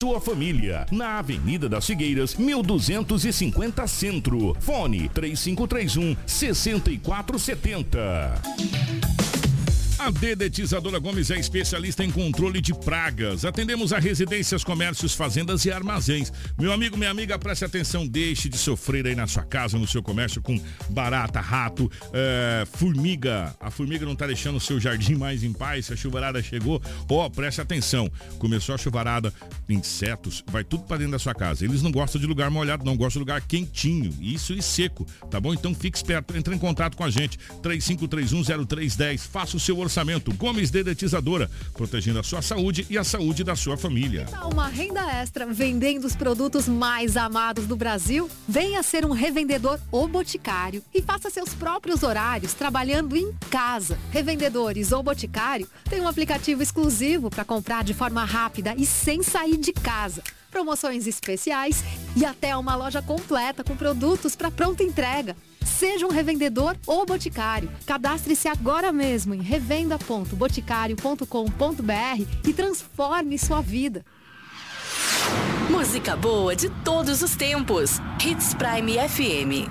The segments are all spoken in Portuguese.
Sua família, na Avenida das Figueiras, 1250 Centro. Fone 3531-6470. A Dedetizadora Gomes é especialista em controle de pragas. Atendemos a residências, comércios, fazendas e armazéns. Meu amigo, minha amiga, preste atenção, deixe de sofrer aí na sua casa, no seu comércio com barata, rato, formiga. A formiga não tá deixando o seu jardim mais em paz, se a chuvarada chegou. Preste atenção, começou a chuvarada, insetos, vai tudo para dentro da sua casa. Eles não gostam de lugar molhado, não gostam de lugar quentinho, isso e seco, tá bom? Então fique esperto, entre em contato com a gente, 35310310, faça o seu orçamento. Gomes Dedetizadora, protegendo a sua saúde e a saúde da sua família. Tá uma renda extra vendendo os produtos mais amados do Brasil? Venha ser um revendedor O Boticário e faça seus próprios horários trabalhando em casa. Revendedores O Boticário tem um aplicativo exclusivo para comprar de forma rápida e sem sair de casa. Promoções especiais e até uma loja completa com produtos para pronta entrega. Seja um revendedor ou boticário. Cadastre-se agora mesmo em revenda.boticário.com.br e transforme sua vida. Música boa de todos os tempos. Hits Prime FM.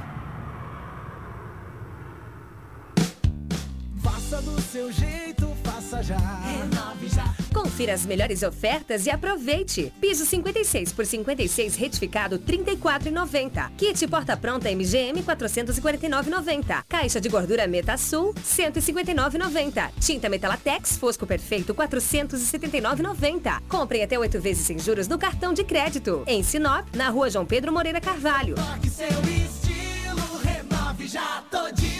Faça do seu jeito, faça já. Renove já. Confira as melhores ofertas e aproveite. Piso 56 por 56 retificado R$ 34,90. Kit porta-pronta MGM R$ 449,90. Caixa de gordura Metasul R$ 159,90. Tinta Metalatex Fosco Perfeito R$ 479,90. Compre até 8 vezes sem juros no cartão de crédito. Em Sinop, na Rua João Pedro Moreira Carvalho. Toque seu estilo, renove já todinho.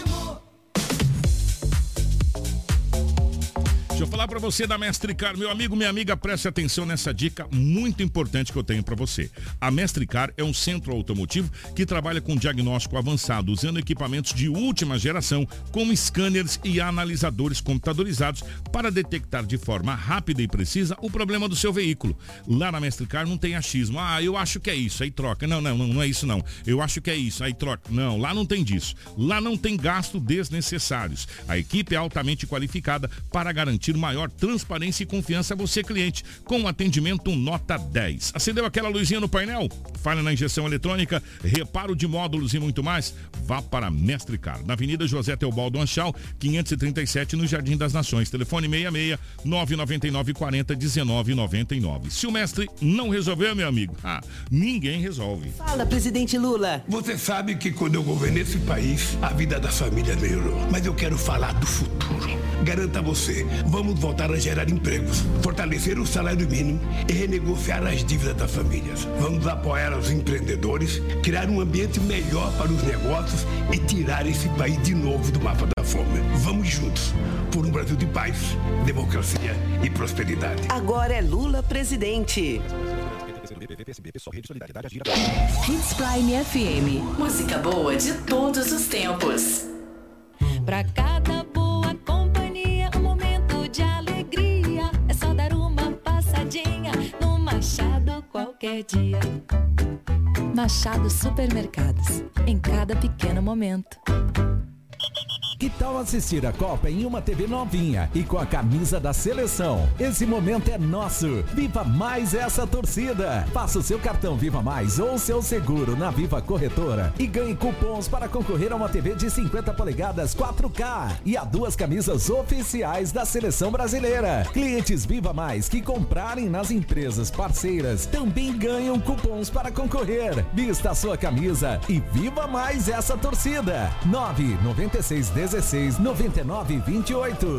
Deixa eu falar para você da Mestre Car. Meu amigo, minha amiga, preste atenção nessa dica muito importante que eu tenho para você. A Mestre Car é um centro automotivo que trabalha com diagnóstico avançado, usando equipamentos de última geração, como scanners e analisadores computadorizados para detectar de forma rápida e precisa o problema do seu veículo. Lá na Mestre Car não tem achismo. Eu acho que é isso, aí troca. Não é isso não. Eu acho que é isso, aí troca. Não, lá não tem disso. Lá não tem gasto desnecessários. A equipe é altamente qualificada para garantir maior transparência e confiança a você, cliente, com um atendimento nota 10. Acendeu aquela luzinha no painel? Falha na injeção eletrônica, reparo de módulos e muito mais? Vá para Mestre Car, na Avenida José Teobaldo Anchal, 537, no Jardim das Nações. Telefone 66 999 40 1999. Se o mestre não resolveu, meu amigo, ninguém resolve. Fala, presidente Lula. Você sabe que quando eu governei esse país, a vida das famílias melhorou. Mas eu quero falar do futuro. Garanto a você, vamos voltar a gerar empregos, fortalecer o salário mínimo e renegociar as dívidas das famílias. Vamos apoiar os empreendedores, criar um ambiente melhor para os negócios e tirar esse país de novo do mapa da fome. Vamos juntos por um Brasil de paz, democracia e prosperidade. Agora é Lula presidente. Hits Prime FM. Música boa de todos os tempos. Pra cada boa companhia, um momento de alegria. É só dar uma passadinha no Machado qualquer dia. Machado Supermercados. Em cada pequeno momento. Que tal assistir a Copa em uma TV novinha e com a camisa da seleção? Esse momento é nosso. Viva mais essa torcida. Faça o seu cartão Viva Mais ou seu seguro na Viva Corretora e ganhe cupons para concorrer a uma TV de 50 polegadas 4K e a 2 camisas oficiais da seleção brasileira. Clientes Viva Mais que comprarem nas empresas parceiras também ganham cupons para concorrer. Vista a sua camisa e viva mais essa torcida. 99616 9928.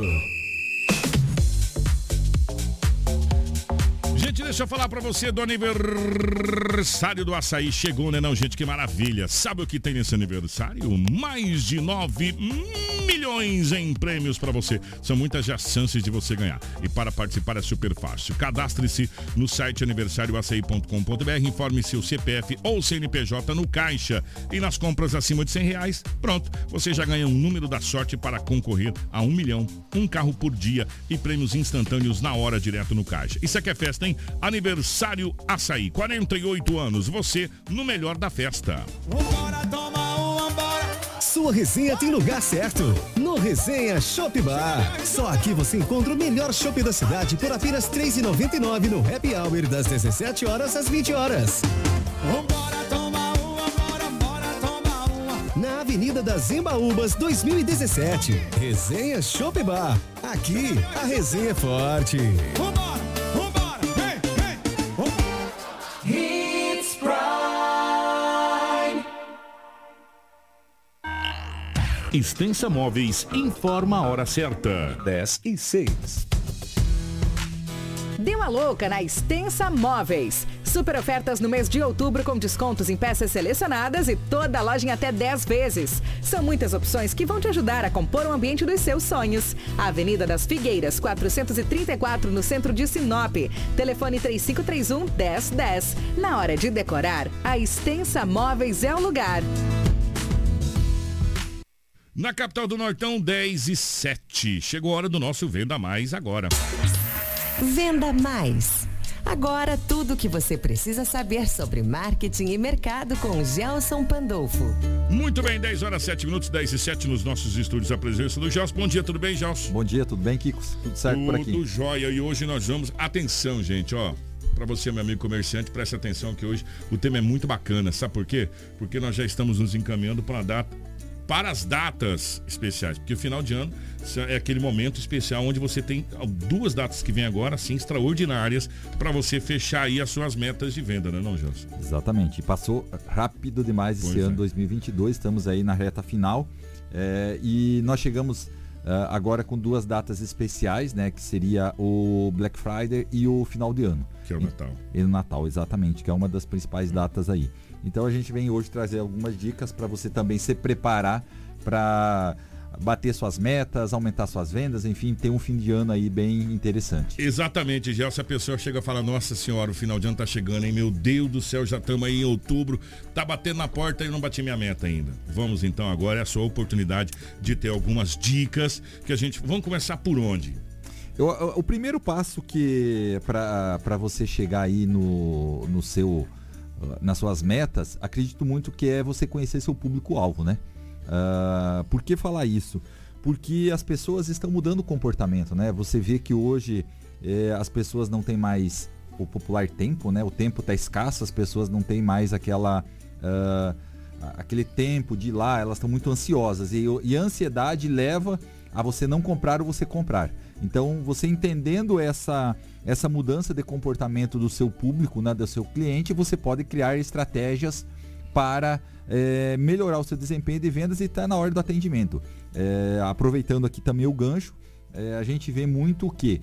Gente, deixa eu falar pra você do aniversário do açaí. Chegou, né não, gente? Que maravilha. Sabe o que tem nesse aniversário? Mais de 9 milhões em prêmios pra você. São muitas já chances de você ganhar. E para participar é super fácil. Cadastre-se no site aniversarioaçaí.com.br, informe seu CPF ou CNPJ no caixa. E nas compras acima de R$100, pronto, você já ganha um número da sorte para concorrer a 1 milhão, um carro por dia e prêmios instantâneos na hora, direto no caixa. Isso aqui é festa, hein? Aniversário Açaí, 48 anos, você no melhor da festa. Vambora, toma uma, bora. sua resenha tem lugar certo. No Resenha Shop Bar. Só aqui você encontra o melhor chopp da cidade por apenas R$ 3,99 no Happy Hour das 17 horas às 20 horas. Vambora tomar uma, bora tomar uma. Na Avenida das Embaúbas, 2017. Resenha Shop Bar. Aqui, a resenha é forte. Vambora, vem. Hits Prime. Extensa Móveis informa a hora certa. 10:06. Dê uma louca na Extensa Móveis. Super ofertas no mês de outubro com descontos em peças selecionadas e toda a loja em até 10 vezes. São muitas opções que vão te ajudar a compor o ambiente dos seus sonhos. Avenida das Figueiras, 434, no centro de Sinop. Telefone 3531-1010. Na hora de decorar, a Extensa Móveis é o lugar. Na capital do Nortão, 10:07. Chegou a hora do nosso Venda Mais agora. Venda Mais. Agora tudo o que você precisa saber sobre marketing e mercado com Gelson Pandolfo. Muito bem, 10h07, 10:07 nos nossos estúdios, a presença do Gelson. Bom dia, tudo bem, Gelson? Bom dia, tudo bem, Kikos? Tudo certo por aqui? Tudo jóia. E hoje nós vamos... Atenção, gente, ó. Para você, meu amigo comerciante, preste atenção que hoje o tema é muito bacana. Sabe por quê? Porque nós já estamos nos encaminhando para as datas especiais, porque o final de ano é aquele momento especial onde você tem 2 datas que vêm agora, assim, extraordinárias, para você fechar aí as suas metas de venda, né, não, Gelson? Exatamente, e passou rápido demais esse ano 2022, estamos aí na reta final, e nós chegamos agora com 2 datas especiais, né, que seria o Black Friday e o final de ano. Que é o Natal. E o Natal, exatamente, que é uma das principais datas aí. Então a gente vem hoje trazer algumas dicas para você também se preparar para bater suas metas, aumentar suas vendas, enfim, ter um fim de ano aí bem interessante. Exatamente, Gelson, a pessoa chega e fala, nossa senhora, o final de ano tá chegando, hein? Meu Deus do céu, já estamos aí em outubro, tá batendo na porta e não bati minha meta ainda. Vamos então agora, é a sua oportunidade de ter algumas dicas que a gente... Vamos começar por onde? O primeiro passo que para você chegar aí no seu... nas suas metas, acredito muito que é você conhecer seu público-alvo, né? Por que falar isso? Porque as pessoas estão mudando o comportamento, né? Você vê que hoje as pessoas não têm mais o popular tempo, né? O tempo está escasso, as pessoas não têm mais aquele tempo de ir lá, elas estão muito ansiosas e a ansiedade leva a você não comprar ou você comprar. Então, você entendendo essa mudança de comportamento do seu público, né, do seu cliente, você pode criar estratégias para melhorar o seu desempenho de vendas e estar na hora do atendimento. Aproveitando aqui também o gancho, a gente vê muito que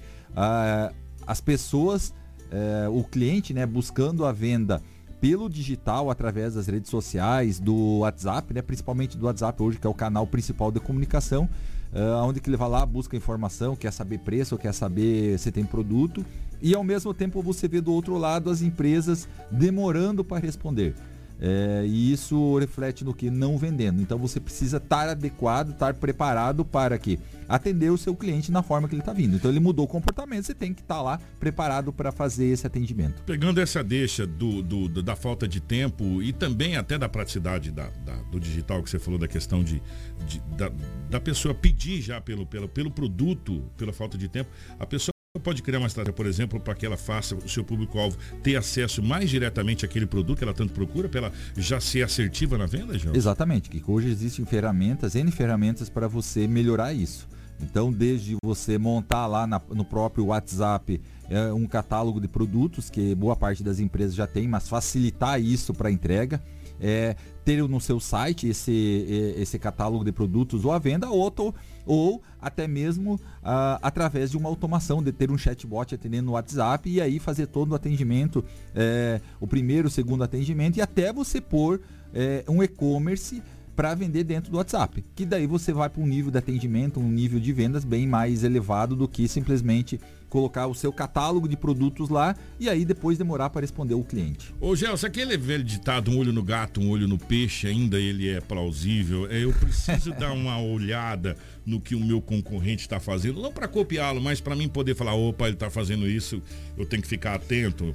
as pessoas, o cliente, né, buscando a venda pelo digital, através das redes sociais, do WhatsApp, né, principalmente do WhatsApp hoje, que é o canal principal de comunicação, onde que ele vai lá, busca informação, quer saber preço, quer saber se tem produto, e ao mesmo tempo você vê do outro lado as empresas demorando para responder. E isso reflete no que? Não vendendo. Então você precisa estar adequado, estar preparado para que atender o seu cliente na forma que ele está vindo. Então ele mudou o comportamento, você tem que estar lá preparado para fazer esse atendimento. Pegando essa deixa da falta de tempo e também até da praticidade do digital que você falou, da questão da pessoa pedir já pelo produto, pela falta de tempo, a pessoa pode criar uma estratégia, por exemplo, para que ela faça o seu público-alvo ter acesso mais diretamente àquele produto que ela tanto procura, para ela já ser assertiva na venda, João? Exatamente, que hoje existem N ferramentas para você melhorar isso. Então, desde você montar lá no próprio WhatsApp um catálogo de produtos, que boa parte das empresas já tem, mas facilitar isso para entrega, ter no seu site esse catálogo de produtos ou à venda, ou até mesmo através de uma automação, de ter um chatbot atendendo no WhatsApp e aí fazer todo o atendimento, o primeiro, o segundo atendimento, e até você pôr um e-commerce para vender dentro do WhatsApp, que daí você vai para um nível de atendimento, um nível de vendas bem mais elevado do que simplesmente colocar o seu catálogo de produtos lá e aí depois demorar para responder o cliente. Ô Gelson, aquele velho ditado, um olho no gato, um olho no peixe, ainda ele é plausível. Eu preciso dar uma olhada no que o meu concorrente está fazendo, não para copiá-lo, mas para mim poder falar, opa, ele está fazendo isso, eu tenho que ficar atento.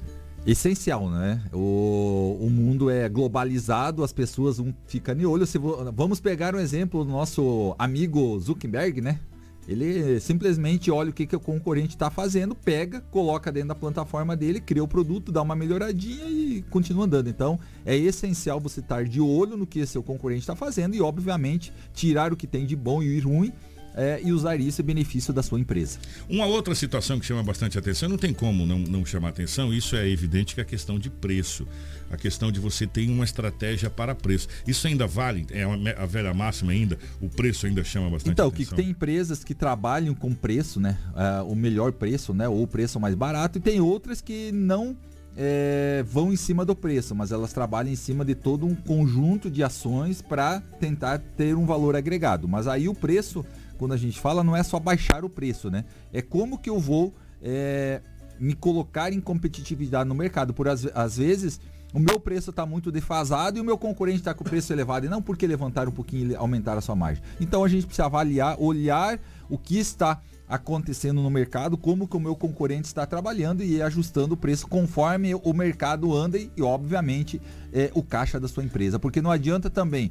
Essencial, né? O mundo é globalizado, as pessoas ficam de olho. Vamos pegar um exemplo do nosso amigo Zuckerberg, né? Ele simplesmente olha o que o concorrente está fazendo, pega, coloca dentro da plataforma dele, cria o produto, dá uma melhoradinha e continua andando. Então, é essencial você estar de olho no que seu concorrente está fazendo e, obviamente, tirar o que tem de bom e ruim e usar isso em benefício da sua empresa. Uma outra situação que chama bastante atenção, não tem como não chamar atenção, isso é evidente, que é a questão de preço. A questão de você ter uma estratégia para preço. Isso ainda vale? É a velha máxima ainda? O preço ainda chama bastante atenção? Então, tem empresas que trabalham com preço, né? O melhor preço, né? Ou o preço mais barato, e tem outras que não vão em cima do preço, mas elas trabalham em cima de todo um conjunto de ações para tentar ter um valor agregado. Mas aí o preço, quando a gente fala, não é só baixar o preço, né? É como que eu vou me colocar em competitividade no mercado. Às vezes, o meu preço está muito defasado e o meu concorrente está com o preço elevado. E não porque levantar um pouquinho e aumentar a sua margem. Então, a gente precisa avaliar, olhar o que está acontecendo no mercado, como que o meu concorrente está trabalhando e ir ajustando o preço conforme o mercado anda e obviamente, o caixa da sua empresa. Porque não adianta também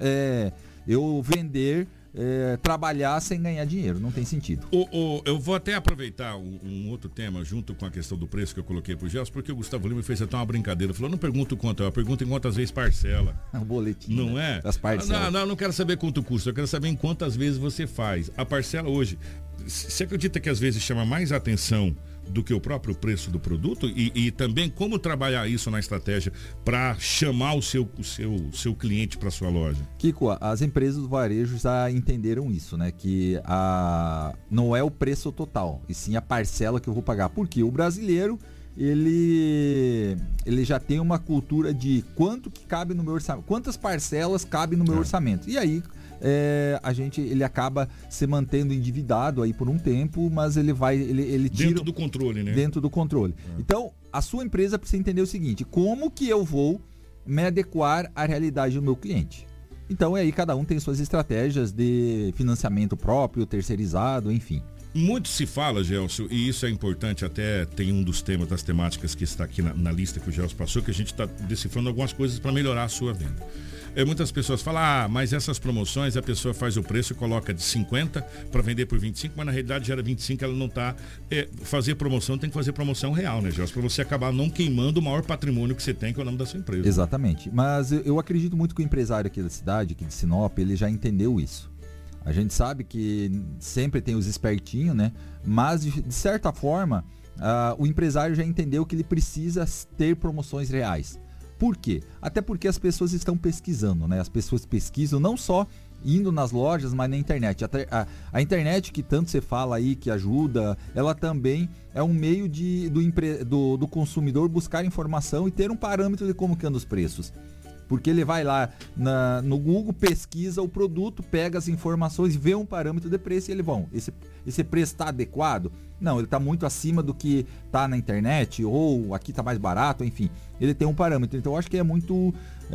eu vender... trabalhar sem ganhar dinheiro, não tem sentido. Eu vou até aproveitar um outro tema junto com a questão do preço que eu coloquei pro Gelson, porque o Gustavo Lima fez até uma brincadeira, falou, não pergunto quanto, eu pergunto em quantas vezes parcela. O boletim, não né? É? Das parcelas. Não, não quero saber quanto custa, eu quero saber em quantas vezes você faz. A parcela hoje, você acredita que às vezes chama mais atenção do que o próprio preço do produto e também como trabalhar isso na estratégia para chamar o seu cliente para sua loja? Kiko, as empresas do varejo já entenderam isso, né? Que não é o preço total, e sim a parcela que eu vou pagar. Porque o brasileiro, ele já tem uma cultura de quanto que cabe no meu orçamento, quantas parcelas cabem no meu orçamento. E aí ele acaba se mantendo endividado aí por um tempo, mas ele tira dentro do controle, né? Dentro do controle. Então, a sua empresa precisa entender o seguinte: como que eu vou me adequar à realidade do meu cliente? Então, aí cada um tem suas estratégias de financiamento próprio, terceirizado, enfim. Muito se fala, Gelson, e isso é importante, até tem um dos temas, das temáticas que está aqui na lista que o Gelson passou, que a gente está decifrando algumas coisas para melhorar a sua venda. Muitas pessoas falam, mas essas promoções a pessoa faz o preço e coloca de 50 para vender por 25, mas na realidade já era 25, ela não está. Fazer promoção tem que fazer promoção real, né, Gelson? Para você acabar não queimando o maior patrimônio que você tem, que é o nome da sua empresa. Exatamente. Mas eu acredito muito que o empresário aqui da cidade, aqui de Sinop, ele já entendeu isso. A gente sabe que sempre tem os espertinhos, né? Mas, de certa forma, o empresário já entendeu que ele precisa ter promoções reais. Por quê? Até porque as pessoas estão pesquisando, né? As pessoas pesquisam não só indo nas lojas, mas na internet. A internet, que tanto você fala aí, que ajuda, ela também é um meio do consumidor buscar informação e ter um parâmetro de como que andam os preços. Porque ele vai lá no Google, pesquisa o produto, pega as informações, vê um parâmetro de preço e ele esse preço está adequado? Não, ele está muito acima do que está na internet, ou aqui está mais barato, enfim. Ele tem um parâmetro. Então eu acho que é muito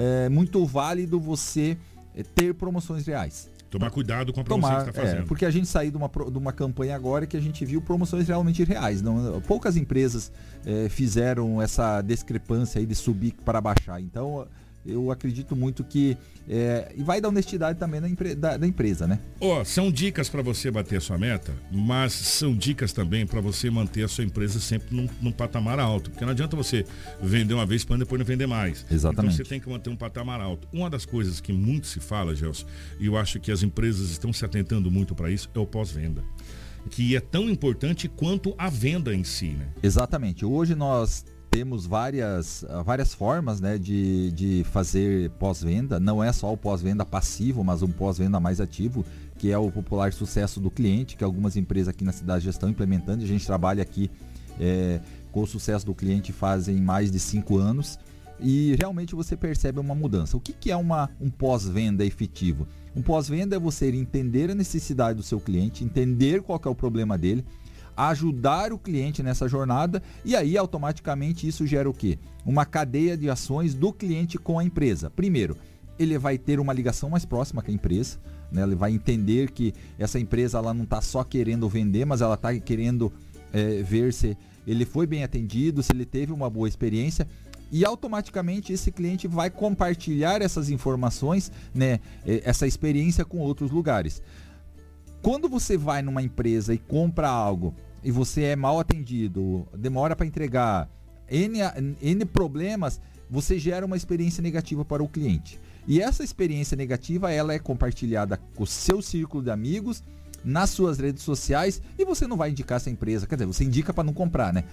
válido você ter promoções reais. Tomar cuidado com a promoção que você está fazendo. Porque a gente saiu de uma campanha agora que a gente viu promoções realmente reais. Poucas empresas fizeram essa discrepância aí de subir para baixar. Então eu acredito muito que e vai da honestidade também da empresa, né? São dicas para você bater a sua meta, mas são dicas também para você manter a sua empresa sempre num patamar alto, porque não adianta você vender uma vez para depois não vender mais. Exatamente. Então você tem que manter um patamar alto. Uma das coisas que muito se fala, Gelson, e eu acho que as empresas estão se atentando muito para isso, é o pós-venda, que é tão importante quanto a venda em si, né? Exatamente. Hoje nós temos várias formas, né, de fazer pós-venda. Não é só o pós-venda passivo, mas um pós-venda mais ativo, que é o popular sucesso do cliente, que algumas empresas aqui na cidade já estão implementando. A gente trabalha aqui com o sucesso do cliente fazem mais de 5 anos e realmente você percebe uma mudança. O que é um pós-venda efetivo? Um pós-venda é você entender a necessidade do seu cliente, entender qual que é o problema dele, ajudar o cliente nessa jornada e aí automaticamente isso gera o quê? Uma cadeia de ações do cliente com a empresa. Primeiro, ele vai ter uma ligação mais próxima com a empresa, né? Ele vai entender que essa empresa ela não está só querendo vender, mas ela está querendo ver se ele foi bem atendido, se ele teve uma boa experiência, e automaticamente esse cliente vai compartilhar essas informações, né, essa experiência com outros lugares. Quando você vai numa empresa e compra algo e você é mal atendido, demora para entregar, N problemas, você gera uma experiência negativa para o cliente. E essa experiência negativa, ela é compartilhada com o seu círculo de amigos, nas suas redes sociais, e você não vai indicar essa empresa, quer dizer, você indica para não comprar, né?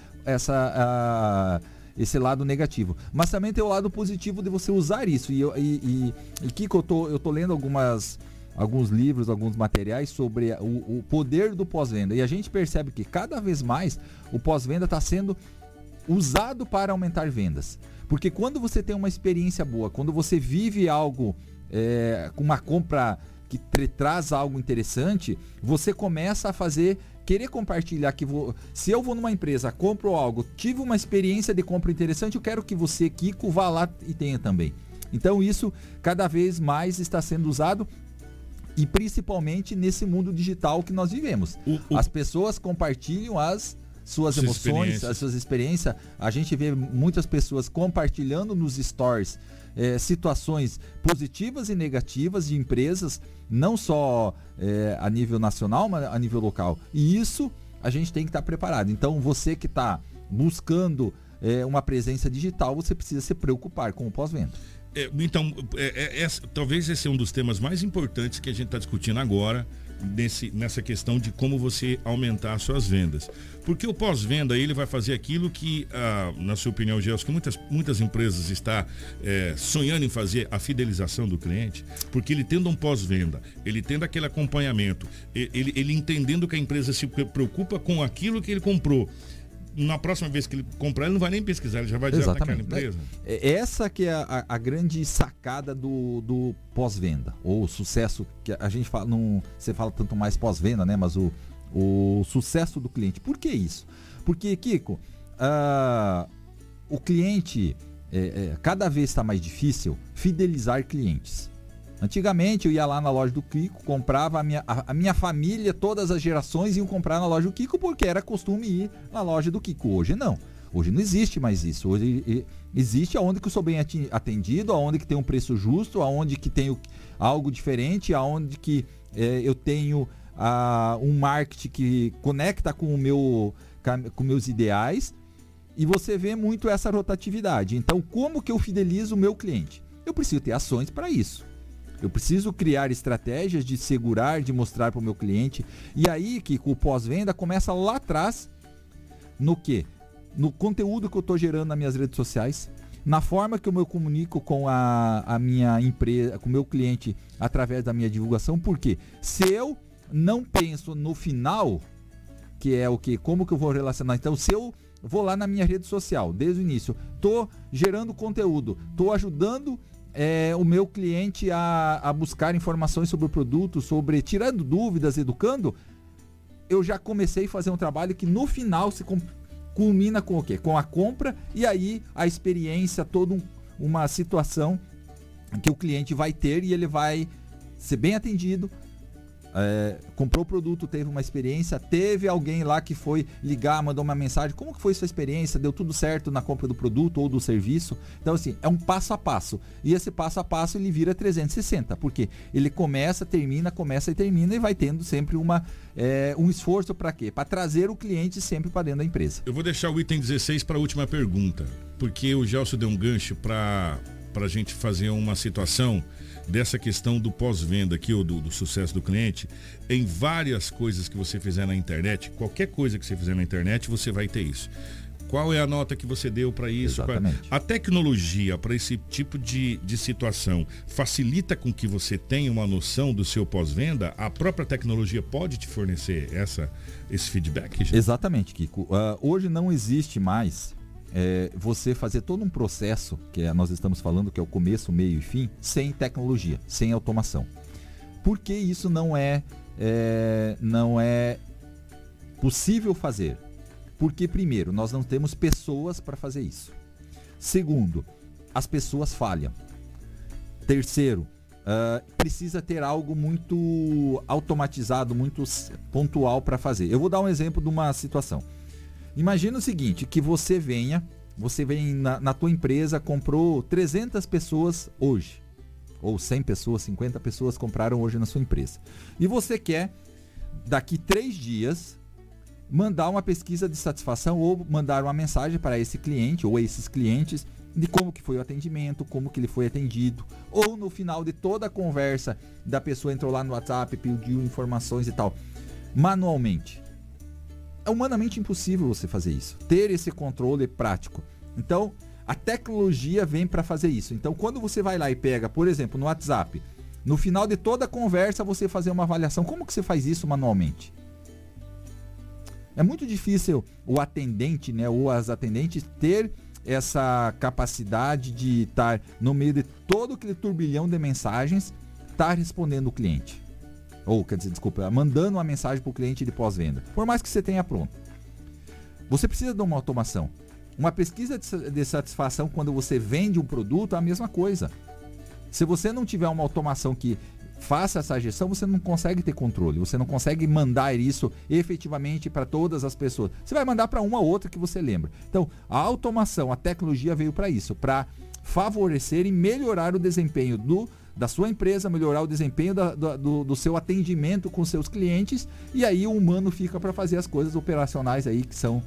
Esse lado negativo. Mas também tem o lado positivo de você usar isso. E Kiko, eu tô lendo alguns livros, alguns materiais sobre o poder do pós-venda. E a gente percebe que cada vez mais o pós-venda está sendo usado para aumentar vendas. Porque quando você tem uma experiência boa, quando você vive algo com uma compra que traz algo interessante, você começa a querer compartilhar se eu vou numa empresa, compro algo, tive uma experiência de compra interessante, eu quero que você, Kiko, vá lá e tenha também. Então isso cada vez mais está sendo usado, e principalmente nesse mundo digital que nós vivemos. As pessoas compartilham as suas emoções, as suas experiências. A gente vê muitas pessoas compartilhando nos stories situações positivas e negativas de empresas, não só a nível nacional, mas a nível local. E isso a gente tem que estar preparado. Então você que está buscando uma presença digital, você precisa se preocupar com o pós-venda. Talvez esse é um dos temas mais importantes que a gente está discutindo agora, nessa questão de como você aumentar as suas vendas. Porque o pós-venda, ele vai fazer aquilo que, na sua opinião, Gelson, que muitas empresas estão sonhando em fazer, a fidelização do cliente, porque ele tendo um pós-venda, ele tendo aquele acompanhamento, ele entendendo que a empresa se preocupa com aquilo que ele comprou. Na próxima vez que ele comprar, ele não vai nem pesquisar, ele já vai direto naquela empresa. Essa que é a grande sacada do pós-venda, ou o sucesso, que a gente fala, você fala tanto mais pós-venda, né? Mas o sucesso do cliente. Por que isso? Porque, Kiko, o cliente, cada vez está mais difícil fidelizar clientes. Antigamente eu ia lá na loja do Kiko, comprava a minha família, todas as gerações iam comprar na loja do Kiko porque era costume ir na loja do Kiko. Hoje não. Hoje não existe mais isso. Hoje existe aonde que eu sou bem atendido, aonde que tem um preço justo, aonde que tenho algo diferente, aonde que eu tenho um marketing que conecta com meus ideais, e você vê muito essa rotatividade. Então, como que eu fidelizo o meu cliente? Eu preciso ter ações para isso. Eu preciso criar estratégias de segurar, de mostrar para o meu cliente. E aí, Kiko, o pós-venda começa lá atrás, no quê? No conteúdo que eu estou gerando nas minhas redes sociais, na forma que eu me comunico com a minha empresa, com o meu cliente através da minha divulgação. Porque se eu não penso no final, que é o quê? Como que eu vou relacionar? Então, se eu vou lá na minha rede social, desde o início, estou gerando conteúdo, estou ajudando o meu cliente a buscar informações sobre o produto, tirando dúvidas, educando, eu já comecei a fazer um trabalho que no final se culmina com o quê? Com a compra, e aí a experiência, toda uma situação que o cliente vai ter, e ele vai ser bem atendido, comprou o produto, teve uma experiência, teve alguém lá que foi ligar, mandou uma mensagem, como que foi sua experiência, deu tudo certo na compra do produto ou do serviço. Então assim, é um passo a passo, e esse passo a passo ele vira 360, porque ele começa e termina, e vai tendo sempre um esforço para quê? Para trazer o cliente sempre para dentro da empresa. Eu vou deixar o item 16 para a última pergunta, porque o Gelson deu um gancho para a gente fazer uma situação dessa questão do pós-venda aqui, ou do sucesso do cliente. Em várias coisas que você fizer na internet, qualquer coisa que você fizer na internet, você vai ter isso. Qual é a nota que você deu para isso? A tecnologia para esse tipo de situação facilita com que você tenha uma noção do seu pós-venda? A própria tecnologia pode te fornecer esse feedback? Gente? Exatamente, Kiko. Hoje não existe mais você fazer todo um processo, que nós estamos falando, que é o começo, meio e fim, sem tecnologia, sem automação. Por que isso não é possível fazer? Porque, primeiro, nós não temos pessoas para fazer isso. Segundo, as pessoas falham. Terceiro, precisa ter algo muito automatizado, muito pontual para fazer. Eu vou dar um exemplo de uma situação. Imagina o seguinte, que você vem na tua empresa, comprou 300 pessoas hoje. Ou 100 pessoas, 50 pessoas compraram hoje na sua empresa. E você quer, daqui 3 dias, mandar uma pesquisa de satisfação ou mandar uma mensagem para esse cliente ou esses clientes de como que foi o atendimento, como que ele foi atendido. Ou no final de toda a conversa da pessoa entrou lá no WhatsApp, pediu informações e tal. Manualmente. É humanamente impossível você fazer isso. Ter esse controle prático. Então, a tecnologia vem para fazer isso. Então, quando você vai lá e pega, por exemplo, no WhatsApp, no final de toda a conversa, você fazer uma avaliação. Como que você faz isso manualmente? É muito difícil o atendente, né, ou as atendentes ter essa capacidade de estar no meio de todo aquele turbilhão de mensagens, estar respondendo o cliente. Ou, quer dizer, desculpa, mandando uma mensagem para o cliente de pós-venda. Por mais que você tenha pronto. Você precisa de uma automação. Uma pesquisa de satisfação quando você vende um produto é a mesma coisa. Se você não tiver uma automação que faça essa gestão, você não consegue ter controle. Você não consegue mandar isso efetivamente para todas as pessoas. Você vai mandar para uma ou outra que você lembra. Então, a automação, a tecnologia veio para isso, para favorecer e melhorar o desempenho da sua empresa, melhorar o desempenho do seu atendimento com seus clientes, e aí o humano fica para fazer as coisas operacionais aí que são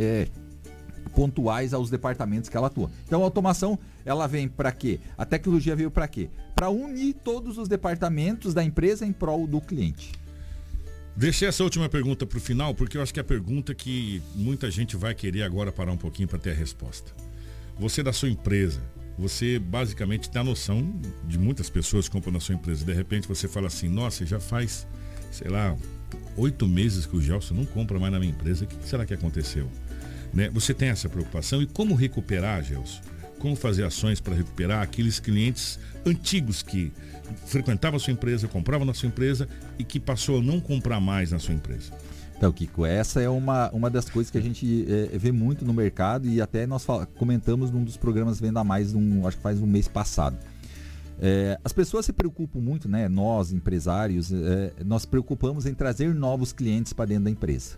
pontuais aos departamentos que ela atua. Então a automação, ela vem para quê? A tecnologia veio para quê? Para unir todos os departamentos da empresa em prol do cliente. Deixei essa última pergunta para o final, porque eu acho que é a pergunta que muita gente vai querer agora parar um pouquinho para ter a resposta. Você da sua empresa, você basicamente tem a noção de muitas pessoas que compram na sua empresa. De repente você fala assim, nossa, já faz, sei lá, 8 meses que o Gelson não compra mais na minha empresa. O que será que aconteceu? Né? Você tem essa preocupação. E como recuperar, Gelson? Como fazer ações para recuperar aqueles clientes antigos que frequentavam a sua empresa, compravam na sua empresa e que passou a não comprar mais na sua empresa? Então, Kiko, essa é uma das coisas que a gente vê muito no mercado, e até nós comentamos num dos programas Venda Mais, acho que faz um mês passado. As pessoas se preocupam muito, né? Nós, empresários, nós preocupamos em trazer novos clientes para dentro da empresa.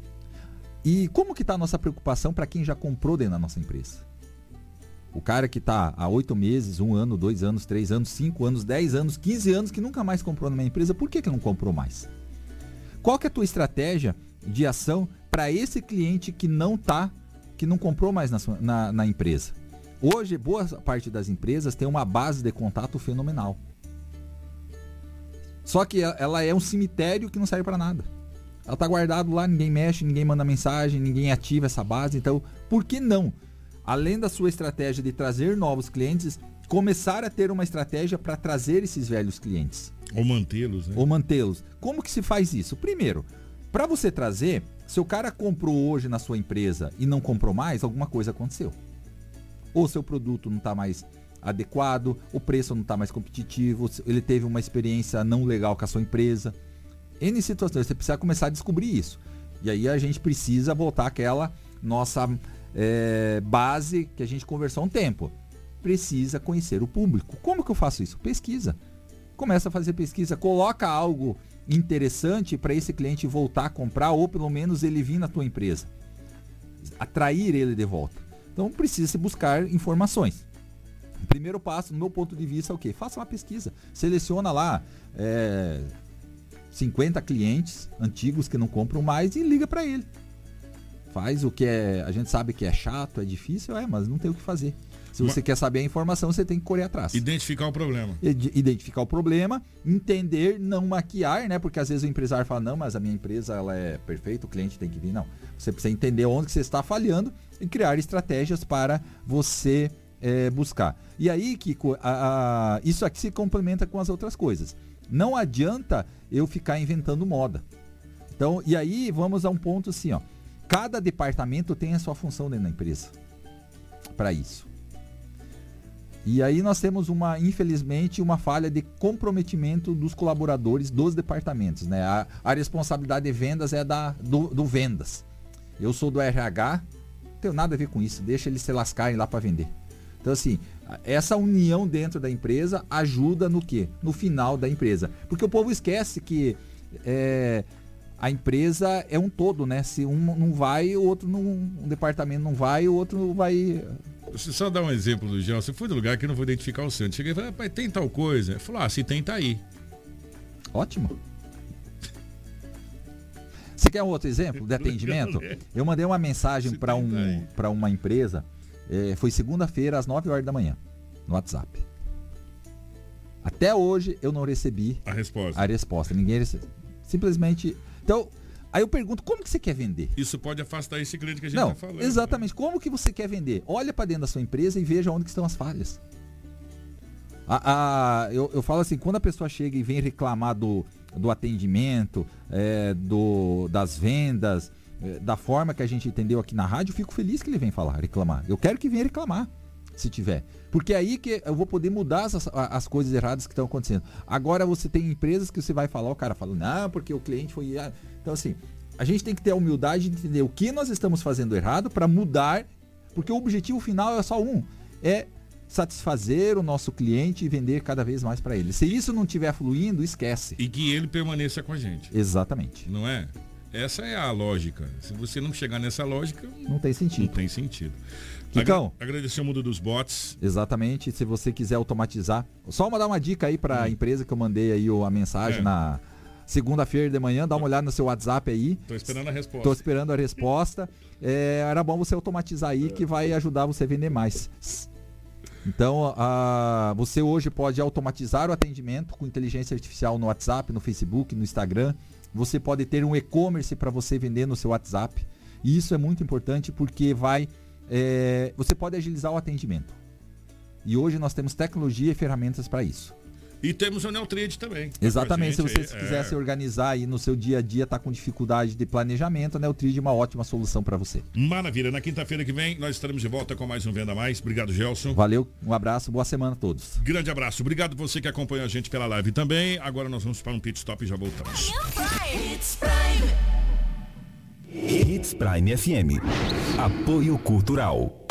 E como que está a nossa preocupação para quem já comprou dentro da nossa empresa? O cara que está há 8 meses, 1 ano, 2 anos, 3 anos, 5 anos, 10 anos, 15 anos, que nunca mais comprou na minha empresa, por que não comprou mais? Qual que é a tua estratégia de ação para esse cliente que não comprou mais na empresa? Hoje, boa parte das empresas tem uma base de contato fenomenal. Só que ela é um cemitério que não serve para nada. Ela está guardada lá, ninguém mexe, ninguém manda mensagem, ninguém ativa essa base. Então, por que não? Além da sua estratégia de trazer novos clientes, começar a ter uma estratégia para trazer esses velhos clientes. Ou mantê-los, né? Ou mantê-los. Como que se faz isso? Primeiro, para você trazer, se o cara comprou hoje na sua empresa e não comprou mais, alguma coisa aconteceu. Ou seu produto não está mais adequado, o preço não está mais competitivo, ele teve uma experiência não legal com a sua empresa. N situações, você precisa começar a descobrir isso. E aí a gente precisa voltar àquela nossa base que a gente conversou há um tempo. Precisa conhecer o público. Como que eu faço isso? Pesquisa. Começa a fazer pesquisa, coloca algo interessante para esse cliente voltar a comprar, ou pelo menos ele vir na tua empresa. Atrair ele de volta. Então precisa se buscar informações. O primeiro passo, no meu ponto de vista, é o quê? Faça uma pesquisa. Seleciona lá 50 clientes antigos que não compram mais e liga para ele. Faz o que a gente sabe que é chato, é difícil, mas não tem o que fazer. Se você quer saber a informação, você tem que correr atrás. Identificar o problema. Identificar o problema, entender, não maquiar, né? Porque às vezes o empresário fala, não, mas a minha empresa ela é perfeita, o cliente tem que vir. Não. Você precisa entender onde que você está falhando e criar estratégias para você buscar. E aí, Kiko, isso aqui se complementa com as outras coisas. Não adianta eu ficar inventando moda. Então, e aí vamos a um ponto assim, ó. Cada departamento tem a sua função dentro da empresa para isso. E aí nós temos infelizmente, uma falha de comprometimento dos colaboradores dos departamentos, né? A responsabilidade de vendas é do vendas. Eu sou do RH, não tenho nada a ver com isso, deixa eles se lascarem lá para vender. Então assim, essa união dentro da empresa ajuda no quê? No final da empresa. Porque o povo esquece que a empresa é um todo, né? Se um não vai, o outro não, um departamento não vai, o outro não vai. Você só dá um exemplo do Gelson. Eu fui do lugar que eu não vou identificar o centro. Cheguei e falei, rapaz, tem tal coisa? Ele falou, se tem, tá aí. Ótimo. Você quer um outro exemplo de atendimento? Eu mandei uma mensagem para uma empresa, foi segunda-feira às 9 horas da manhã, no WhatsApp. Até hoje eu não recebi a resposta. Ninguém recebeu. Simplesmente. Então, aí eu pergunto, como que você quer vender? Isso pode afastar esse cliente que a gente está falando. Exatamente. Né? Como que você quer vender? Olha para dentro da sua empresa e veja onde que estão as falhas. Eu falo assim, quando a pessoa chega e vem reclamar do atendimento, das vendas, da forma que a gente entendeu aqui na rádio, eu fico feliz que ele vem reclamar. Eu quero que venha reclamar, se tiver. Porque é aí que eu vou poder mudar as coisas erradas que estão acontecendo. Agora você tem empresas que você vai falar, o cara fala, não, porque o cliente foi... Então assim, a gente tem que ter a humildade de entender o que nós estamos fazendo errado para mudar, porque o objetivo final é só é satisfazer o nosso cliente e vender cada vez mais para ele. Se isso não estiver fluindo, esquece. E que ele permaneça com a gente. Exatamente. Não é? Essa é a lógica. Se você não chegar nessa lógica... Não tem sentido. Não tem sentido. Então, agradecer o mundo dos bots. Exatamente. Se você quiser automatizar, só dar uma dica aí para a empresa que eu mandei aí a mensagem na segunda-feira de manhã, dá uma olhada no seu WhatsApp aí. Tô esperando a resposta. Tô esperando a resposta. Era bom você automatizar aí que vai ajudar você a vender mais. Então, você hoje pode automatizar o atendimento com inteligência artificial no WhatsApp, no Facebook, no Instagram. Você pode ter um e-commerce para você vender no seu WhatsApp. E isso é muito importante porque você pode agilizar o atendimento. E hoje nós temos tecnologia e ferramentas para isso. E temos o Neutrid também. Exatamente, se você quiser se organizar aí no seu dia a dia, tá com dificuldade de planejamento, a Neutrid é uma ótima solução para você. Maravilha, na quinta-feira que vem nós estaremos de volta com mais um Venda Mais. Obrigado, Gelson. Valeu, um abraço, boa semana a todos. Grande abraço, obrigado você que acompanhou a gente pela live também. Agora nós vamos para um pit stop e já voltamos. Hits Prime FM. Apoio Cultural.